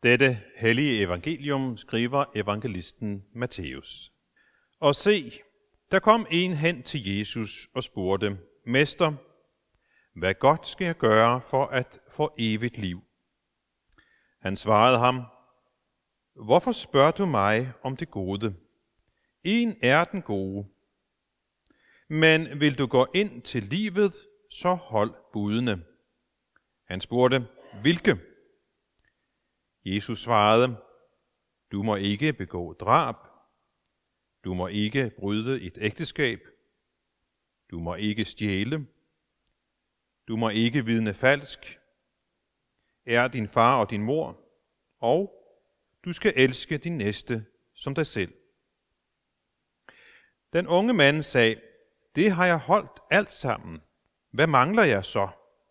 Dette hellige evangelium skriver evangelisten Matthæus. Og se, der kom en hen til Jesus og spurgte, Mester, hvad godt skal jeg gøre for at få evigt liv? Han svarede ham, hvorfor spørger du mig om det gode? En er den gode. Men vil du gå ind til livet, så hold budene. Han spurgte, hvilke? Jesus svarede, du må ikke begå drab, du må ikke bryde et ægteskab, du må ikke stjæle, du må ikke vidne falsk, ære din far og din mor, og du skal elske din næste som dig selv. Den unge mand sagde, det har jeg holdt alt sammen. Hvad mangler jeg så?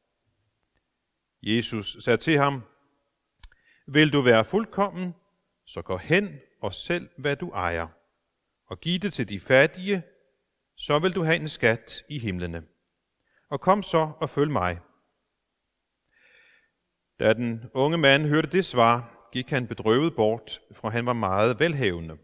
Jesus sagde til ham, vil du være fuldkommen, så gå hen og sælg, hvad du ejer, og giv det til de fattige, så vil du have en skat i himlene. Og kom så og følg mig. Da den unge mand hørte det svar, gik han bedrøvet bort, for han var meget velhavende.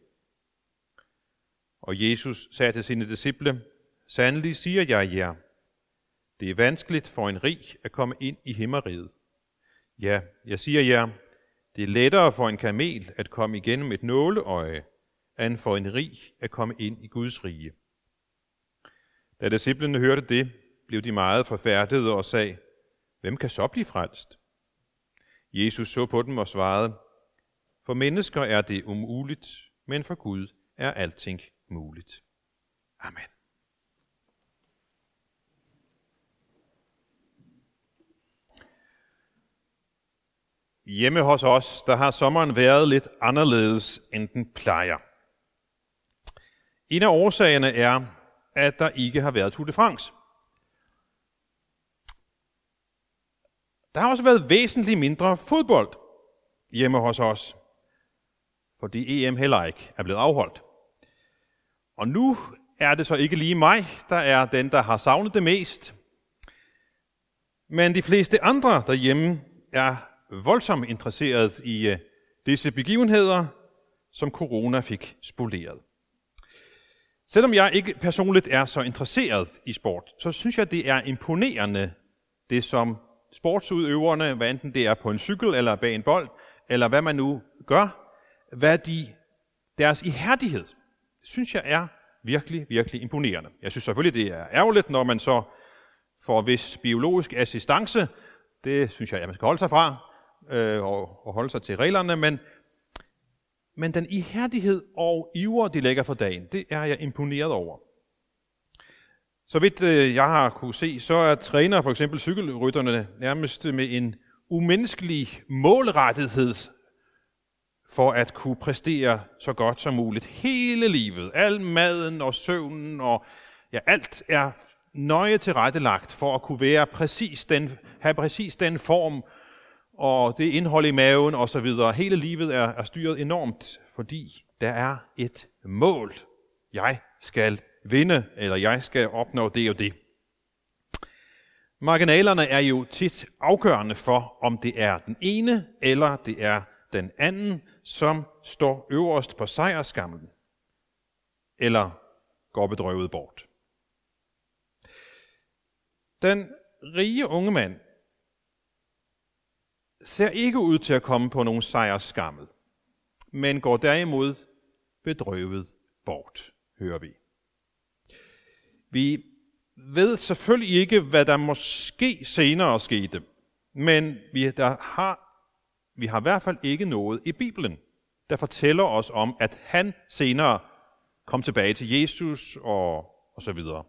Og Jesus sagde til sine disciple, sandelig siger jeg jer, det er vanskeligt for en rig at komme ind i himmeriget. Ja, jeg siger jer, det er lettere for en kamel at komme igennem et nåleøje, end for en rig at komme ind i Guds rige. Da disciplene hørte det, blev de meget forfærdede og sagde, hvem kan så blive frelst? Jesus så på dem og svarede, for mennesker er det umuligt, men for Gud er alting muligt. Amen. Hjemme hos os, der har sommeren været lidt anderledes, end den plejer. En af årsagerne er, at der ikke har været Tour de France. Der har også været væsentligt mindre fodbold hjemme hos os, fordi EM heller ikke er blevet afholdt. Og nu er det så ikke lige mig, der er den, der har savnet det mest. Men de fleste andre derhjemme er voldsomt interesseret i disse begivenheder, som corona fik spoleret. Selvom jeg ikke personligt er så interesseret i sport, så synes jeg, det er imponerende, det som sportsudøverne, hvad enten det er på en cykel eller bag en bold, eller hvad man nu gør, deres ihærdighed, synes jeg er virkelig, virkelig imponerende. Jeg synes selvfølgelig, det er ærgerligt, når man så får vis biologisk assistance. Det synes jeg, man skal holde sig fra og holde sig til reglerne, men den ihærdighed og iver, de lægger for dagen, det er jeg imponeret over. Så vidt jeg har kunne se, så er træner for eksempel cykelrytterne nærmest med en umenneskelig målrettighed for at kunne præstere så godt som muligt hele livet. Al maden og søvnen og alt er nøje tilrettelagt for at kunne have præcis den form og det indhold i maven osv. Hele livet er styret enormt, fordi der er et mål. Jeg skal vinde, eller jeg skal opnå det og det. Marginalerne er jo tit afgørende for, om det er den ene eller det er den anden, som står øverst på sejrskammen, eller går bedrøvet bort. Den rige unge mand ser ikke ud til at komme på nogen sejrsskammel, men går derimod bedrøvet bort, hører vi. Vi ved selvfølgelig ikke, hvad der måske senere skete, men vi har i hvert fald ikke noget i Bibelen, der fortæller os om, at han senere kom tilbage til Jesus og så videre.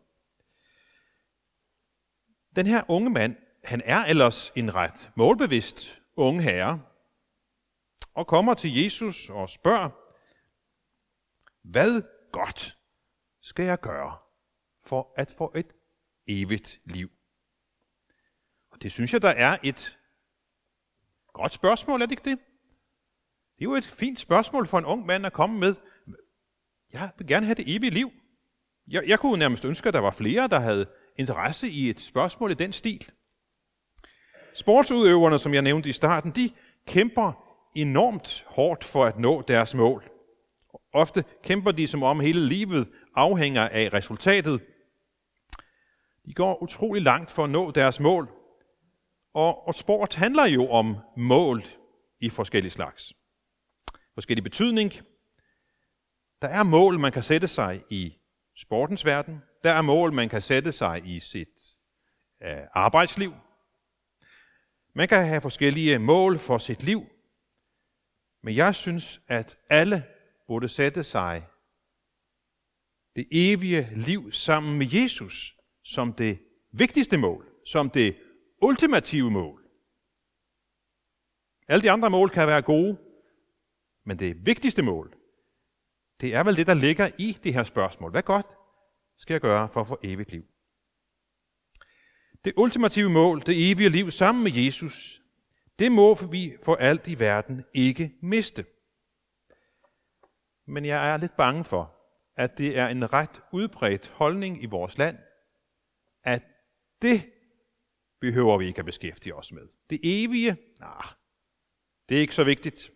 Den her unge mand, han er ellers en ret målbevidst unge herre, og kommer til Jesus og spørger, hvad godt skal jeg gøre for at få et evigt liv? Og det synes jeg, der er et godt spørgsmål, er det ikke det? Det er jo et fint spørgsmål for en ung mand at komme med. Jeg vil gerne have det evige liv. Jeg kunne nærmest ønske, at der var flere, der havde interesse i et spørgsmål i den stil. Sportsudøverne, som jeg nævnte i starten, de kæmper enormt hårdt for at nå deres mål. Ofte kæmper de, som om hele livet afhænger af resultatet. De går utrolig langt for at nå deres mål. Og sport handler jo om mål i forskellige slags. Forskellig betydning. Der er mål, man kan sætte sig i sportens verden. Der er mål, man kan sætte sig i sit arbejdsliv. Man kan have forskellige mål for sit liv. Men jeg synes, at alle burde sætte sig det evige liv sammen med Jesus som det vigtigste mål, som det ultimative mål. Alle de andre mål kan være gode, men det vigtigste mål, det er vel det, der ligger i det her spørgsmål. Hvad godt skal jeg gøre for at få evigt liv? Det ultimative mål, det evige liv sammen med Jesus, det må vi for alt i verden ikke miste. Men jeg er lidt bange for, at det er en ret udbredt holdning i vores land, at det behøver vi ikke at beskæftige os med. Det evige, det er ikke så vigtigt.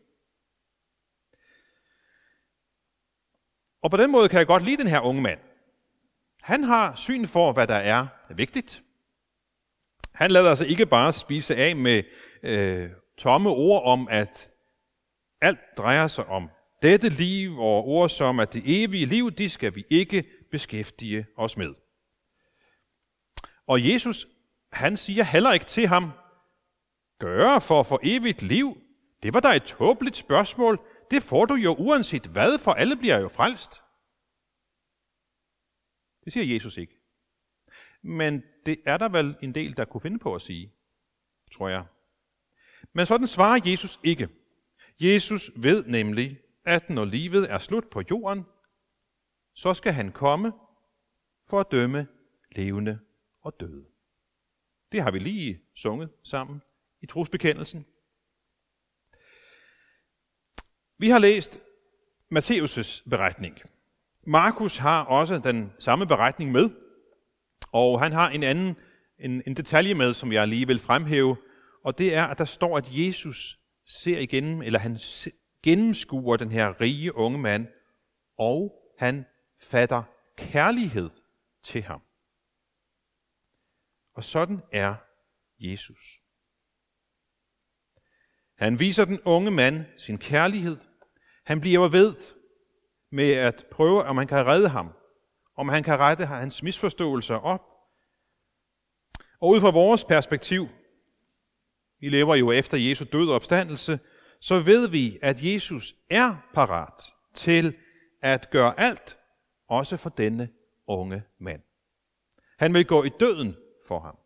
Og på den måde kan jeg godt lide den her unge mand. Han har syn for, hvad der er vigtigt. Han lader sig ikke bare spise af med tomme ord om, at alt drejer sig om dette liv, og ord som, at det evige liv, de skal vi ikke beskæftige os med. Og Jesus, han siger heller ikke til ham, gøre for at få evigt liv, det var da et tåbeligt spørgsmål, det får du jo uanset hvad, for alle bliver jo frelst. Det siger Jesus ikke. Men det er der vel en del, der kunne finde på at sige, tror jeg. Men sådan svarer Jesus ikke. Jesus ved nemlig, at når livet er slut på jorden, så skal han komme for at dømme levende og døde. Det har vi lige sunget sammen i trosbekendelsen. Vi har læst Matthæus' beretning. Markus har også den samme beretning med, og han har en detalje med, som jeg lige vil fremhæve, og det er, at der står, at Jesus ser igennem, eller han gennemskuer den her rige unge mand, og han fatter kærlighed til ham. Og sådan er Jesus. Han viser den unge mand sin kærlighed. Han bliver ved med at prøve, om han kan redde ham, om han kan rette hans misforståelser op. Og ud fra vores perspektiv, vi lever jo efter Jesu død og opstandelse, så ved vi, at Jesus er parat til at gøre alt, også for denne unge mand. Han vil gå i døden for ham.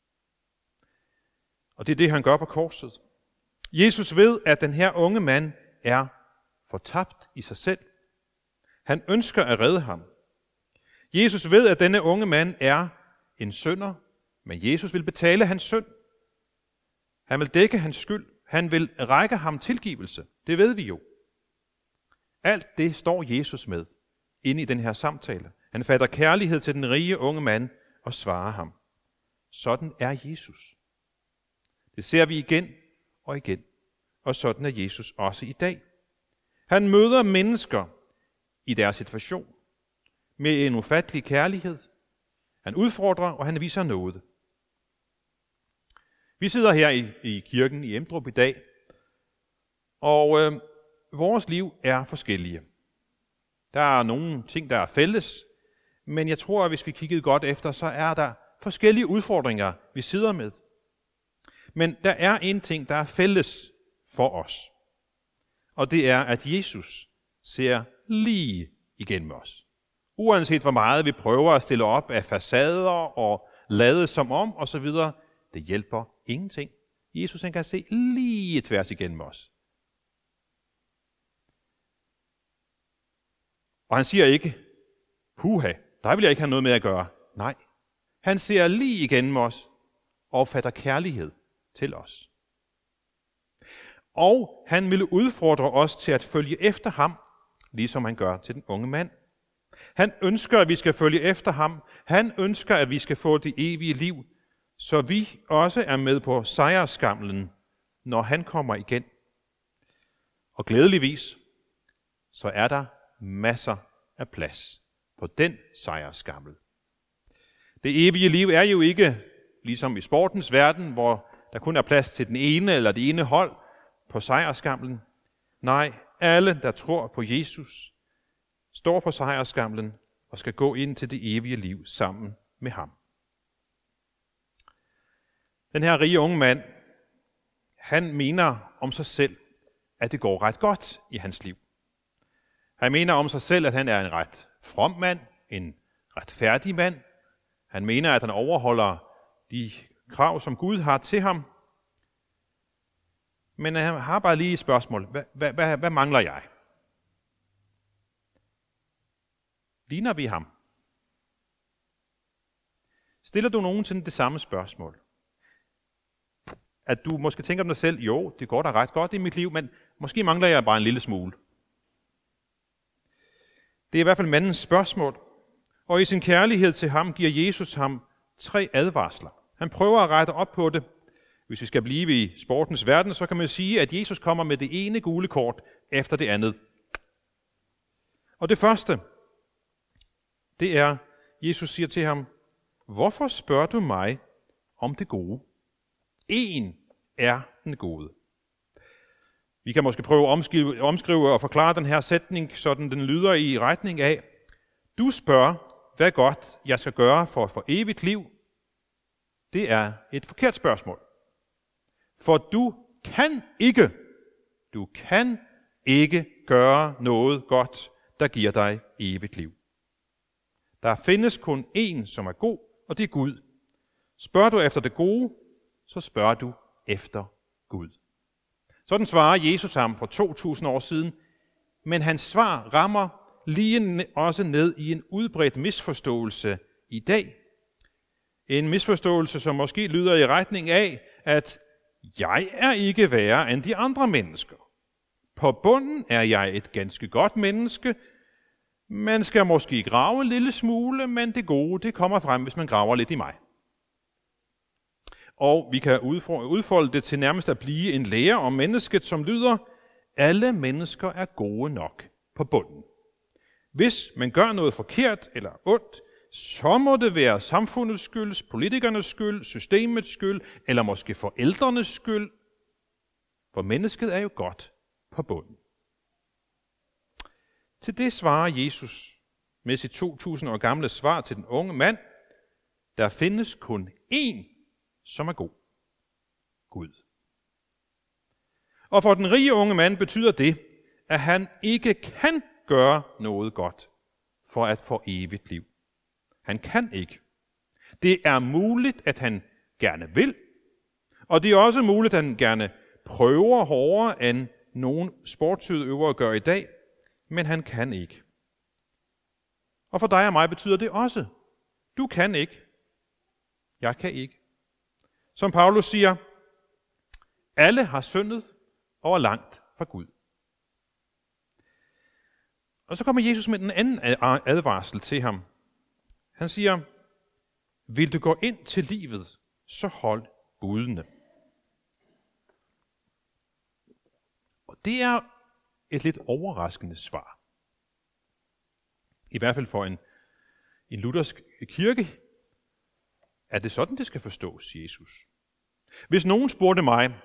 Og det er det, han gør på korset. Jesus ved, at den her unge mand er fortabt i sig selv. Han ønsker at redde ham. Jesus ved, at denne unge mand er en synder, men Jesus vil betale hans synd. Han vil dække hans skyld. Han vil række ham tilgivelse. Det ved vi jo. Alt det står Jesus med inde i den her samtale. Han fatter kærlighed til den rige unge mand og svarer ham. Sådan er Jesus. Det ser vi igen og igen. Og sådan er Jesus også i dag. Han møder mennesker i deres situation med en ufattelig kærlighed. Han udfordrer, og han viser noget. Vi sidder her i kirken i Emdrup i dag, og vores liv er forskellige. Der er nogle ting, der er fælles, men jeg tror, at hvis vi kiggede godt efter, så er der forskellige udfordringer, vi sidder med. Men der er en ting, der er fælles for os, og det er, at Jesus ser lige igennem os. Uanset hvor meget vi prøver at stille op af facader og lade som om osv., det hjælper ingenting. Jesus han kan se lige tværs igennem os. Og han siger ikke, puha, der vil jeg ikke have noget med at gøre. Nej, han ser lige igennem os og fatter kærlighed til os. Og han ville udfordre os til at følge efter ham, ligesom han gør til den unge mand. Han ønsker, at vi skal følge efter ham. Han ønsker, at vi skal få det evige liv, så vi også er med på sejrskamlen, når han kommer igen. Og glædeligvis, så er der masser af plads på den sejrsskammel. Det evige liv er jo ikke ligesom i sportens verden, hvor der kun er plads til den ene eller det ene hold på sejrskamlen. Nej, alle, der tror på Jesus, står på sejrskamlen og skal gå ind til det evige liv sammen med ham. Den her rige unge mand, han mener om sig selv, at det går ret godt i hans liv. Han mener om sig selv, at han er en ret from mand, en retfærdig mand. Han mener, at han overholder de krav, som Gud har til ham. Men han har bare lige et spørgsmål. Hvad mangler jeg? Ligner vi ham? Stiller du nogensinde det samme spørgsmål? At du måske tænker om dig selv, jo, det går da ret godt i mit liv, men måske mangler jeg bare en lille smule. Det er i hvert fald mandens spørgsmål. Og i sin kærlighed til ham giver Jesus ham 3 advarsler. Han prøver at rette op på det. Hvis vi skal blive i sportens verden, så kan man sige, at Jesus kommer med det ene gule kort efter det andet. Og det første, det er, Jesus siger til ham, hvorfor spørger du mig om det gode? En er den gode. Vi kan måske prøve at omskrive og forklare den her sætning, sådan den lyder i retning af, du spørger, hvad godt jeg skal gøre for at få evigt liv. Det er et forkert spørgsmål. For du kan ikke gøre noget godt, der giver dig evigt liv. Der findes kun én, som er god, og det er Gud. Spørger du efter det gode, så spørger du efter Gud. Sådan svarer Jesus ham for 2000 år siden, men hans svar rammer lige også ned i en udbredt misforståelse i dag. En misforståelse, som måske lyder i retning af, at jeg er ikke værre end de andre mennesker. På bunden er jeg et ganske godt menneske. Man skal måske grave en lille smule, men det gode, det kommer frem, hvis man graver lidt i mig. Og vi kan udfolde det til nærmest at blive en lære om mennesket, som lyder, alle mennesker er gode nok på bunden. Hvis man gør noget forkert eller ondt, så må det være samfundets skyld, politikernes skyld, systemets skyld, eller måske forældrenes skyld. For mennesket er jo godt på bunden. Til det svarer Jesus med sit 2000 år gamle svar til den unge mand, der findes kun én, som er god. Gud. Og for den rige unge mand betyder det, at han ikke kan gøre noget godt for at få evigt liv. Han kan ikke. Det er muligt, at han gerne vil, og det er også muligt, at han gerne prøver hårdere, end nogle sportsudøvere gør i dag, men han kan ikke. Og for dig og mig betyder det også, du kan ikke. Jeg kan ikke. Som Paulus siger, alle har syndet og er langt fra Gud. Og så kommer Jesus med den anden advarsel til ham. Han siger, vil du gå ind til livet, så hold budene. Og det er et lidt overraskende svar. I hvert fald for en luthersk kirke, er det sådan, det skal forstås, Jesus. Hvis nogen spurgte mig,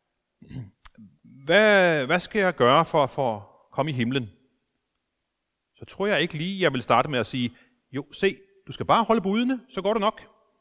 hvad skal jeg gøre for at komme i himlen? Så tror jeg ikke lige, jeg vil starte med at sige, jo, se, du skal bare holde budene, så går det nok.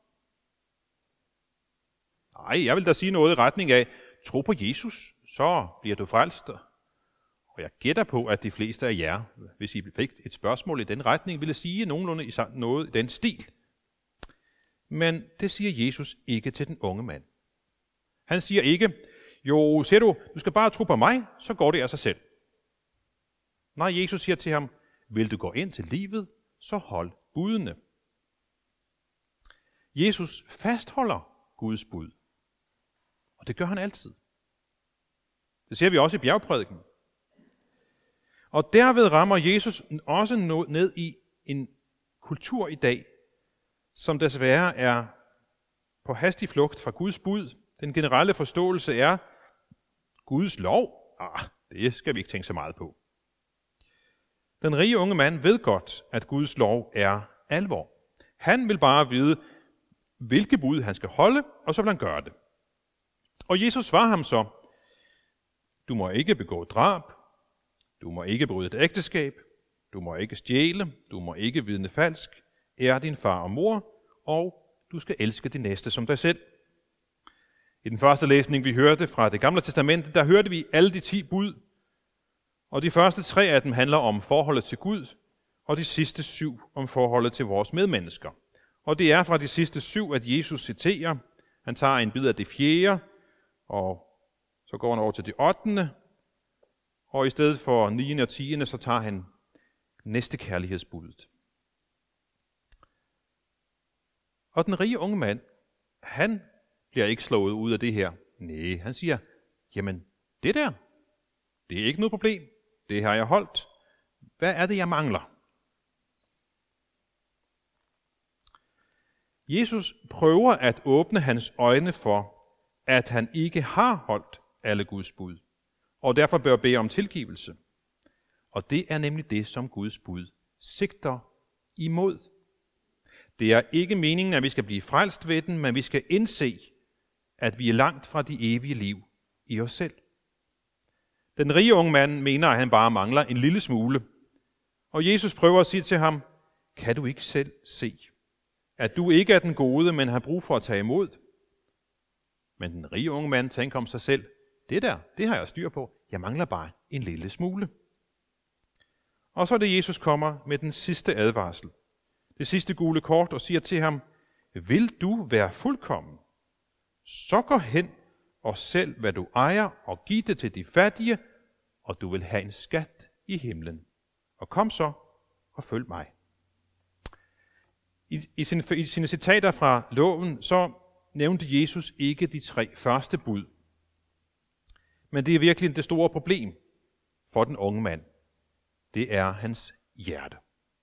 Nej, jeg vil da sige noget i retning af, tro på Jesus, så bliver du frelst. Og jeg gætter på, at de fleste af jer, hvis I fik et spørgsmål i den retning, ville sige nogenlunde noget i den stil. Men det siger Jesus ikke til den unge mand. Han siger ikke, jo, ser du skal bare tro på mig, så går det af sig selv. Nej, Jesus siger til ham, vil du gå ind til livet, så hold budene. Jesus fastholder Guds bud. Og det gør han altid. Det ser vi også i bjergprædiken. Og derved rammer Jesus også ned i en kultur i dag, som desværre er på hastig flugt fra Guds bud. Den generelle forståelse er, Guds lov, Det skal vi ikke tænke så meget på. Den rige unge mand ved godt, at Guds lov er alvor. Han vil bare vide, hvilke bud han skal holde, og så vil han gøre det. Og Jesus svarer ham så, du må ikke begå drab, du må ikke bryde et ægteskab, du må ikke stjæle, du må ikke vidne falsk, ære din far og mor, og du skal elske din næste som dig selv. I den første læsning, vi hørte fra det gamle testamente, der hørte vi alle de 10 bud, og de første 3 af dem handler om forholdet til Gud, og de sidste 7 om forholdet til vores medmennesker. Og det er fra de sidste 7, at Jesus citerer. Han tager en bid af det 4, og så går han over til det 8. Og i stedet for 9. og 10. så tager han næste kærlighedsbuddet. Og den rige unge mand, han bliver ikke slået ud af det her. Nej, han siger, jamen det der, det er ikke noget problem. Det har jeg holdt. Hvad er det, jeg mangler? Jesus prøver at åbne hans øjne for, at han ikke har holdt alle Guds bud, og derfor bør bede om tilgivelse. Og det er nemlig det, som Guds bud sigter imod. Det er ikke meningen, at vi skal blive frelst ved den, men vi skal indse, at vi er langt fra de evige liv i os selv. Den rige unge mand mener, at han bare mangler en lille smule. Og Jesus prøver at sige til ham, kan du ikke selv se, at du ikke er den gode, men har brug for at tage imod? Men den rige unge mand tænker om sig selv, det har jeg styr på. Jeg mangler bare en lille smule. Og så er det, Jesus kommer med den sidste advarsel. Det sidste gule kort og siger til ham, vil du være fuldkommen? Så gå hen og sælg, hvad du ejer, og giv det til de fattige, og du vil have en skat i himlen. Og kom så og følg mig. I sine citater fra loven, så nævnte Jesus ikke de 3 første bud. Men det er virkelig det store problem for den unge mand. Det er hans hjerte.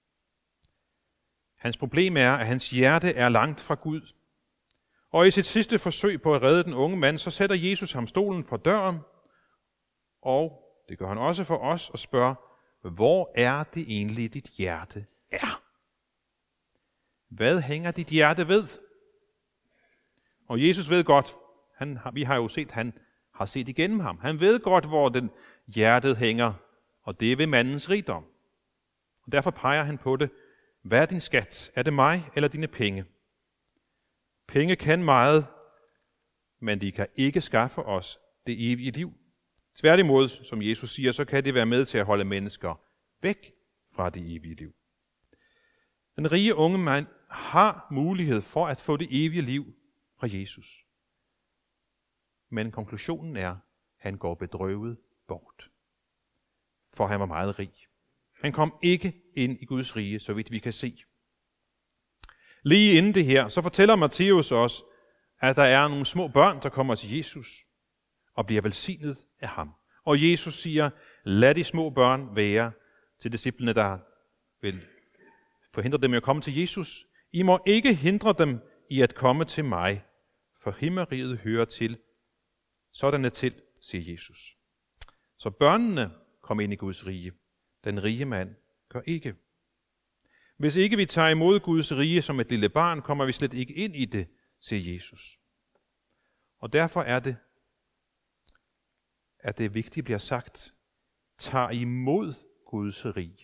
Hans problem er, at hans hjerte er langt fra Gud. Og i sit sidste forsøg på at redde den unge mand, så sætter Jesus ham stolen for døren, og det gør han også for os, og spørger, hvor er det egentlig, dit hjerte er? Hvad hænger dit hjerte ved? Og Jesus ved godt, vi har jo set, han har set igennem ham. Han ved godt, hvor den hjertet hænger, og det er ved mandens rigdom. Og derfor peger han på det. Hvad er din skat? Er det mig eller dine penge? Penge kan meget, men de kan ikke skaffe os det evige liv. Tværtimod, som Jesus siger, så kan det være med til at holde mennesker væk fra det evige liv. Den rige unge mand har mulighed for at få det evige liv fra Jesus. Men konklusionen er, at han går bedrøvet bort. For han var meget rig. Han kom ikke ind i Guds rige, så vidt vi kan se. Lige inden det her, så fortæller Matthæus os, at der er nogle små børn, der kommer til Jesus og bliver velsignet af ham. Og Jesus siger, lad de små børn være til disciplene, der vil forhindre dem i at komme til Jesus. I må ikke hindre dem i at komme til mig, for himmeriget hører til. Sådanne til, siger Jesus. Så børnene kom ind i Guds rige. Den rige mand gør ikke. Hvis ikke vi tager imod Guds rige som et lille barn, kommer vi slet ikke ind i det, siger Jesus. Og derfor er det, at det vigtigt bliver sagt, tag imod Guds rige.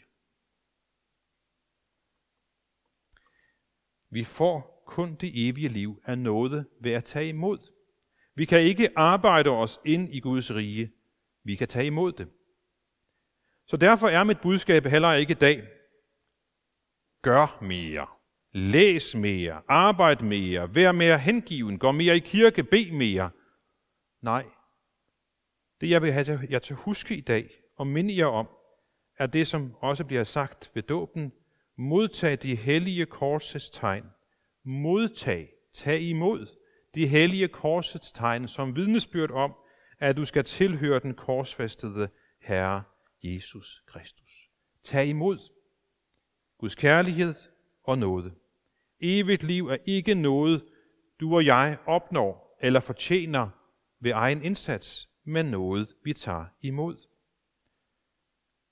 Vi får kun det evige liv af nåde ved at tage imod. Vi kan ikke arbejde os ind i Guds rige. Vi kan tage imod det. Så derfor er mit budskab heller ikke i dag, gør mere, læs mere, arbejd mere, vær mere hengiven, gå mere i kirke, bed mere. Nej, det jeg vil have jer til at huske i dag og minde jer om, er det, som også bliver sagt ved dåben, modtag de hellige korsets tegn. Modtag, tag imod de hellige korsets tegn som vidnesbyrd om, at du skal tilhøre den korsfæstede Herre Jesus Kristus. Tag imod Guds kærlighed og nåde. Evigt liv er ikke noget, du og jeg opnår eller fortjener ved egen indsats, men noget, vi tager imod.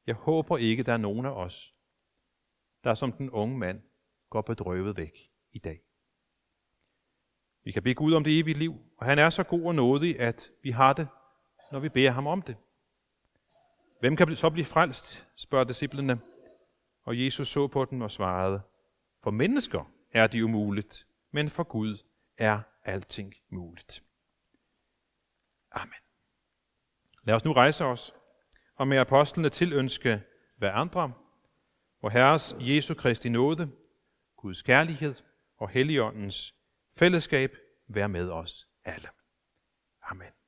Jeg håber ikke, der er nogen af os, der som den unge mand går bedrøvet væk i dag. Vi kan bede Gud om det evige liv, og han er så god og nådig, at vi har det, når vi beder ham om det. Hvem kan så blive frelst, spørger disciplene, og Jesus så på dem og svarede, for mennesker er det umuligt, men for Gud er alting muligt. Amen. Lad os nu rejse os og med apostlene tilønske hver andre, hvor Herres Jesu Kristi nåde, Guds kærlighed og Helligåndens fællesskab være med os alle. Amen.